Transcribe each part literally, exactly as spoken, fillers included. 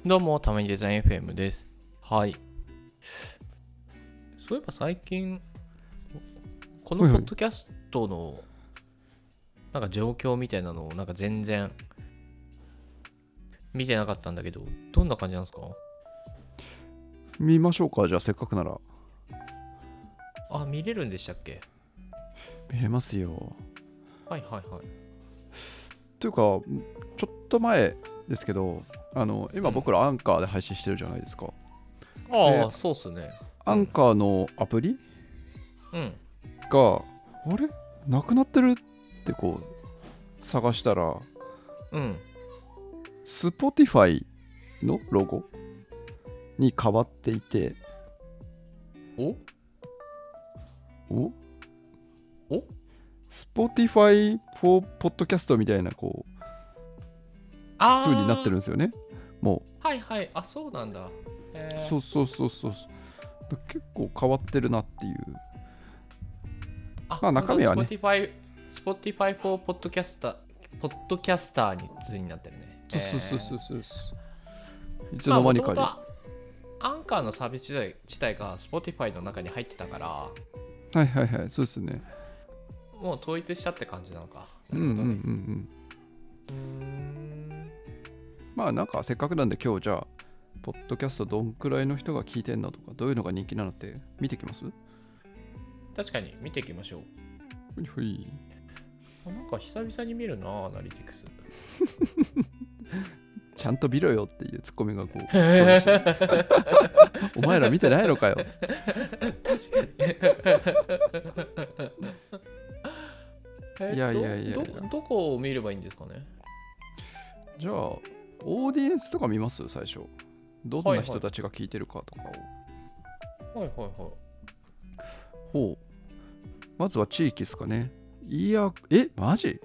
どうも、たまにデザイン エフエム です。はい。そういえば最近、このはいはい。 ポッドキャストのなんか状況みたいなのをなんか全然見てなかったんだけど、どんな感じなんですか？ 見ましょうか。じゃあせっかくなら。 あ、見れるんでしたっけ？ 見れますよ。 はいはいはい。 というか、ちょっと前ですけど、あの今うん。 僕らアンカーで配信してるじゃないですか。で、 ああ、そうっすね。うん。 アンカーのアプリうん。 が、あれなくなってるってこう探したら、 うん。 Spotify のロゴに変わっていて、 おおお Spotify for Podcast みたいなこう風になってるあんですよね。もあ、はいはい。あ、そうなんだ。 う、 えそうそうそうそう。結構変わってるなっていう。 ー、あ、 まあ本当だ。 中身はね、 Spotify、Spotify for Podcaster、ポッドキャスターに図になってるね。 そうそうそうえそうそう。いー、まあ、 つの間もともとにかに。 アンカーのサービス自体自体が Spotify の中に入ってたから、 はいはいはい、そうですね。 もう統一したって感じなのか。 うんうんうんうなるほどね。 ん。 うーん。 まあなんかせっかくなんで今日じゃあ、ポッドキャストどんくらいの人が聞いてんのとか、どういうのが人気なのって見てきます？ 確かに見ていきましょう。 ほいほい。 あ、なんか久々に見るな、アナリティクス。 ちゃんと見ろよっていうツッコミがこう聞こえましたね。お前ら見てないのかよっつって。 確かに。えいやいっとど、 やいやいや。 どこを見ればいいんですかね？ じゃあ、オーディエンスとか見ます？最初。どんはいはい。 な人たちが聞いてるかとかを。 はいはいはい。 ほう。まずは地域ですかね。いや、え、マジ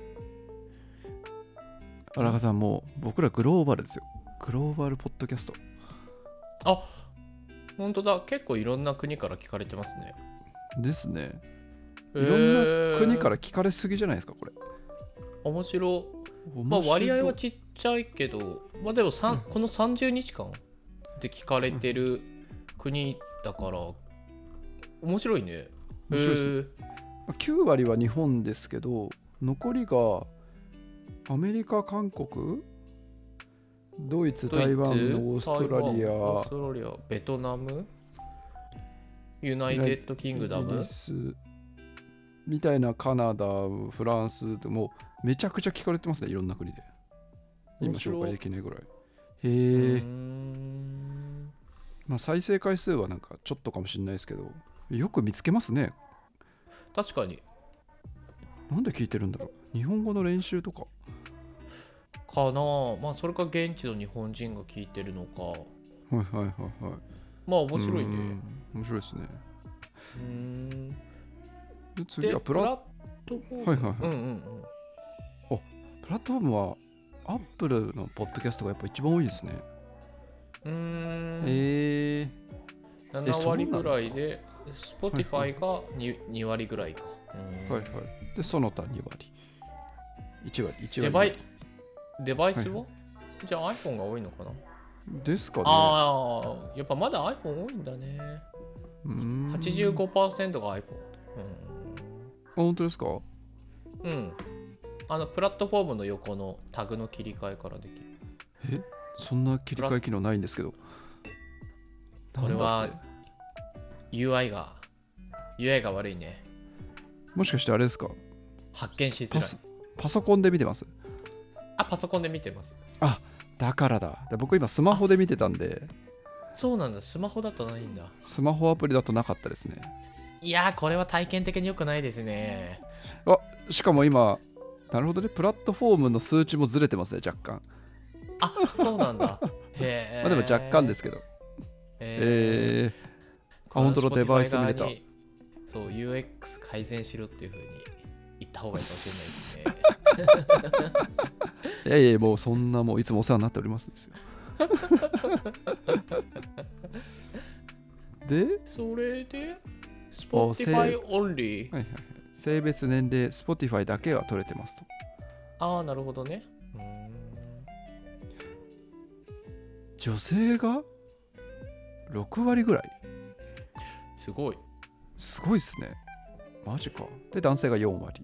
荒川さん、もう僕らグローバルですよ。グローバルポッドキャストあ、本当だ。結構いろんな国から聞かれてますね。 ですね。 へいろんな国かえ。 ら聞かれすぎじゃないですか、これ。 面白。まあ面白い。 割合はちっちゃいけど、まあでもさんこのさんじゅうにちかんで聞かれてる国だから面白いね。へ面白いですね。 え。 きゅう割は日本ですけど、残りがアメリカ、韓国、ドイツ、 ドイ台湾、 ツ、 オースト台湾、 ラリア、 オーストラリア、ベトナム、ユナイイライテッドキングイギリダム。 スみたいな、カナダ、フランスでもうめちゃくちゃ聞かれてますね、いろんな国で。今紹介面白い。 できないぐらい。 うーへえ。 ん。 まあ再生回数はなんかちょっとかもしれないですけど、よく見つけますね。 確かに。 なんで聞いてるんだろう。日本語の練習とか。 かな。まあそれか現地の日本人が聞いてるのか。 はいはいはいはい。 まあうー面白いね。 ん、面白いですね。 うーん。 で、次で、 はプラ、はいプラットフォーム。 はいはい。 うんうんうん。 お、プラットフォームは Apple のポッドキャストがやっぱ一番多いですね。 うーん。 えー、え、 なな割ぐそうなんだ。 らいで、 はいはい Spotify が に, に割ぐらいか。うーん。 はいはい。で、その他に割。いち割、いち割、2 デバイ、 割。 デバイはいはスはじゃあ iPhone が多いのかな？ い。ですかね。 ああ、やっぱまだ iPhone 多いんだね。 うーん。 はちじゅうごパーセントが iPhone。 あ、本当ですか？ うん。うん。あの、プラットフォームの横のタグの切り替えからできる。 え、そんな切り替え機能ないんですけど。なんだって。 これは ユーアイ が、ユーアイ が悪いね。 もしかしてあれですか？ 発見しづらい。 パソパソコンで見てます？ あ、パソコンで見てます。 あ、だからだ。で僕今スマあ、 ホで見てたんで、 そうなんだ。スマホだとないんだ。 スマホアプリだとなかったですね。 いやー、これは体験的に良くないですね。 あ、しかも今、なるほどね。プラットフォームの数値もずれてますね、若干。 あ、そうなんだ。 まあでも若干でへすけど。 え。ええー、 ー、 あ、 これは本当のデバイ Spotify ス見れた。 側に、そう、ユーエックス 改善しろっていう風に言った方がいいかもしれないですね。 いやいや、もうそんなもういつもお世話になっておりますんですよ。で、 それで、 お性、はい Spotify only。 はいはい、性別、年齢、Spotify だけは取れてますと。 ああ、なるほどね。うーん。 女性がろくわりぐらい。 すごい。 すごいっすね。マジか。で男性がよんわり。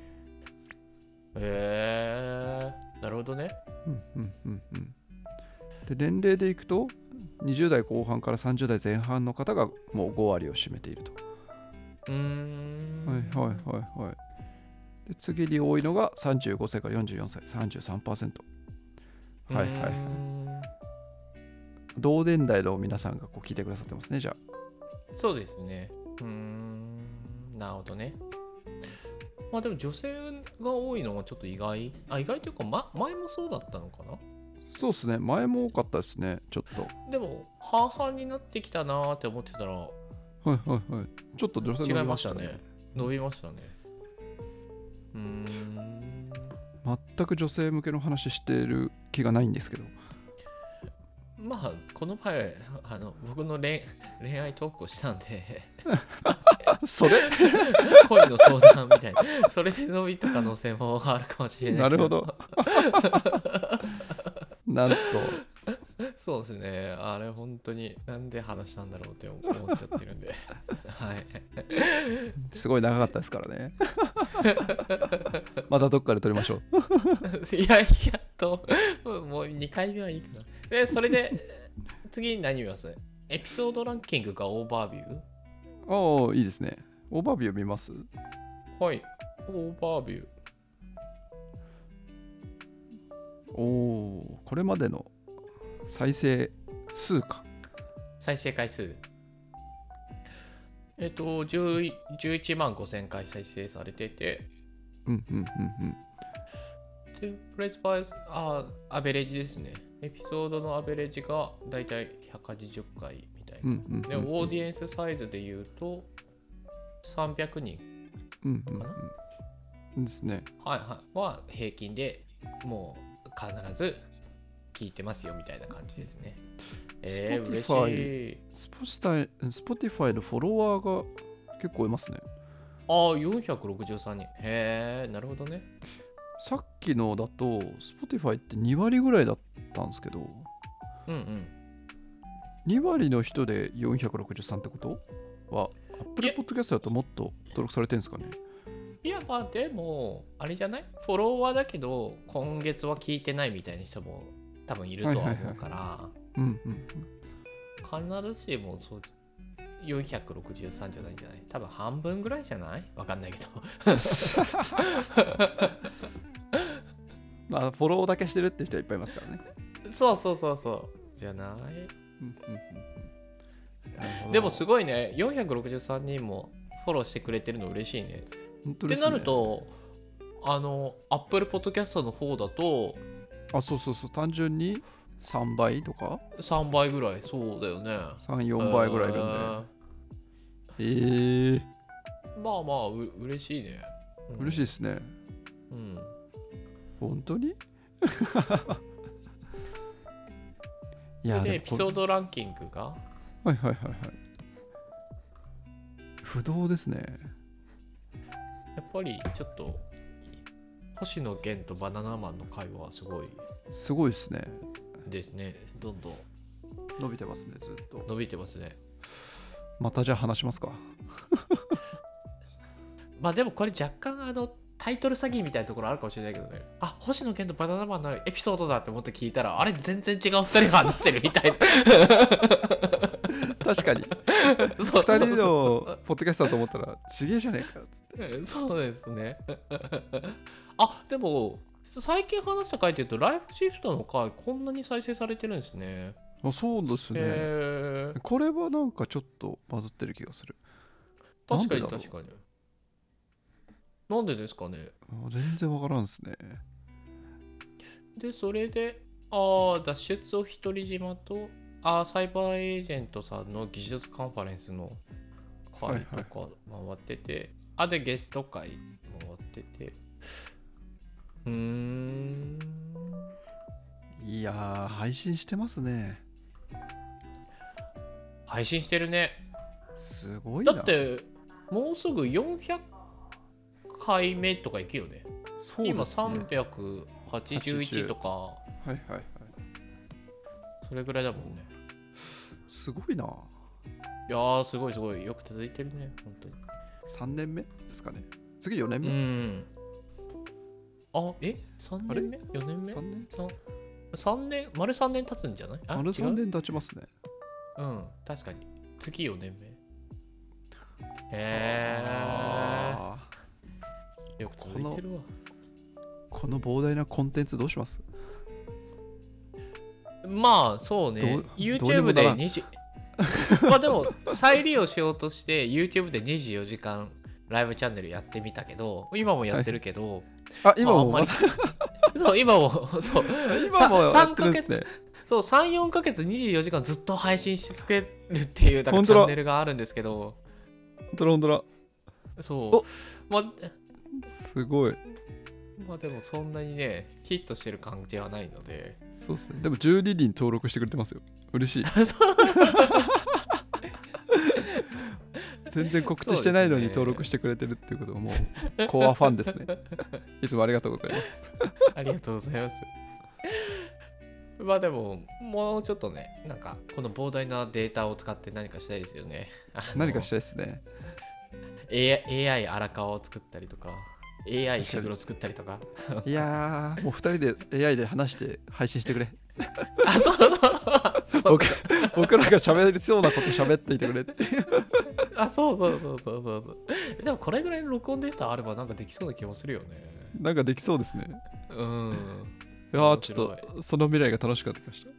へえー、なるほどね。 うんうんうんうん。で年齢でいくとにじゅう代後半からさんじゅう代前半の方がもうごわりを占めていると。 うーん。 はいはいはいはい。で次に多いのがさんじゅうごさいからよんじゅうよんさい さんじゅうさんパーセント。はいはいはい。同年代の皆さんがこう聞いてくださってますね。じゃあそうですね。うーん、なるほどね。まあでも女性が多いのはちょっと意外。あ、意外というか、ま、前もそうだったのかな。 そうですね。前も多かったですね。ちょっと。 でも半々になってきたなーって思ってたら、 はいはいはい。ちょっと女性伸びましたね。 違いましたね。伸びましたね。うーん。 全く女性向けの話してる気がないんですけど。 まあこの前あの僕の 恋, 恋愛トークをしたんでそれ恋の相談みたいな、それで伸びた可能性もあるかもしれないけど。 なるほどなんとそうですね、あれ本当になんで話したんだろうって思っちゃってるんではいすごい長かったですからねまたどっかで撮りましょういやいやともうにかいめはいいかな。でそれで次何見ます？エピソードランキングかオーバービュー。ああいいですね。オーバービュー見ます？ ー。はい、オーバービュー。 おお、これまでの再生数か。 再生回数えっとじゅういちまんごせんかい再生されてて、 うんうんうんうんでプレイスバイあアベレージですね。エピソードのアベレージがだいたいひゃくはちじゅっかいみたいな、 うんうんうんうん、 でオーディエンスサイズで言うとさんびゃくにんかな、 うんうんうんですね。 はいはいは平均でもう必ず聞いてますよみたいな感じですね。えー、嬉しい。 スポティファイのフォロワーが結構いますね。 ああ、よんひゃくろくじゅうさんにん。へえ、なるほどね。 さっきのだと Spotify ってにわりぐらいだったんですけど、 うんうん。 にわりの人でよんひゃくろくじゅうさんってことは Apple Podcast だともっと登録されてるんですかね。 いやまあでもあれじゃない、フォロワーだけど今月は聞いてないみたいな人も多分いるとは思うから、 うんうん必ずしもそうよんひゃくろくじゅうさんじゃないんじゃない、多分半分ぐらいじゃない、わかんないけどまあフォローだけしてるって人はいっぱいいますからね。 そうそうそうそうじゃない。 うんうんうん、 でもすごいね、よんひゃくろくじゅうさんにんもフォローしてくれてるの嬉しいね。 本当ですね。 ってなるとあの Apple Podcast の方だとあそうそうそう、単純にさんばいとかさんばいぐらい、そうだよね。 さん、よんばいぐらいいるんで、えー、 まあまあう嬉しいね、 うん、嬉しいですね。 うん、 本当にいやでエピソードランキングがはいはいはいはい不動ですね。 やっぱりちょっと星野源とバナナマンの会話はすごいすごいですね。 ですね。どんどん伸びてますね。ずっと伸びてますね。 またじゃあ話しますかまあでもこれ若干あのタイトル詐欺みたいなところあるかもしれないけどね、あ星野源とバナナマンのエピソードだって思って聞いたらあれ全然違うふたりが話してるみたいな確かにふたりのポッドキャストだと思ったらちげえじゃねえかっつってそうですねあでも最近話した回っていうとライフシフトの回こんなに再生されてるんですね。 あそうですね、えー、これはなんかちょっとバズってる気がする。 確かに確かに。なんでですかね。 全然わからんですね。 でそれであ脱出を独り島とあサイバーエージェントさんの技術カンファレンスの回とか回ってて、はいはい、あでゲスト回回ってて、うーんいやー配信してますね。 配信してるね。 すごいな。 だってもうすぐよんひゃっかいめとかいくよね。 そうですね。 今さんびゃくはちじゅういちとか。 はいはいはい。 それぐらいだもんね。 すごいな。 いやーすごいすごいよく続いてるね本当に。 さんねんめですかね。次よねんめ。 うんあえさんねんめよねんめさんねんさんねん丸さんねん経つんじゃない？あ丸さんね違ん経ちますね。 ううん確かに次よねんめ。へあーよく続いてるわ。 ーこの膨大なコンテンツどうします？ まあそうねどうどうに YouTube もならんでにじまあでも再利用しようとして YouTube でにじゅうよじかんライブチャンネルやってみたけど今もやってるけど、 あ、今もまあ、あんまりそう今もそう今もさやってるんですね。 そうさん、よんかげつにじゅうよじかんずっと配信し続けるっていうだから本当だチャンネルがあるんですけど、 ほんとだほんとだ。 そうまあすごい。 まあでもそんなにねヒットしてる感じはないのでそうっすね。でもじゅうににん登録してくれてますよ。嬉しい。全然告知してないのに登録してくれてるっていうことはもうコアファンですね。いつもありがとうございます。 ありがとうございます。まあでももうちょっとねなんかこの膨大なデータを使って何かしたいですよね。 何かしたいですね。 エーアイ 荒川を作ったりとか エーアイ 石黒作ったりとかいやー、もうふたりで エーアイ で話して配信してくれ。 あそうそう僕僕らが喋りそうなこと喋っていてくれって。 あそうそうそうそうそうそうでもこれぐらいの録音データあればなんかできそうな気もするよね。 なんかできそうですね。 うんいやー、ちょっとその未来が楽しくなってきまし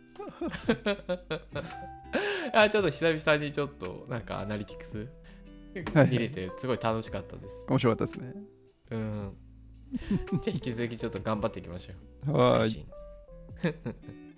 あちょっと久々にちょっとなんかアナリティクスはい見れてすごい楽しかったです。 た。面白かったですね。 うんじゃあ引き続きちょっと頑張っていきましょう。 はーい。 配信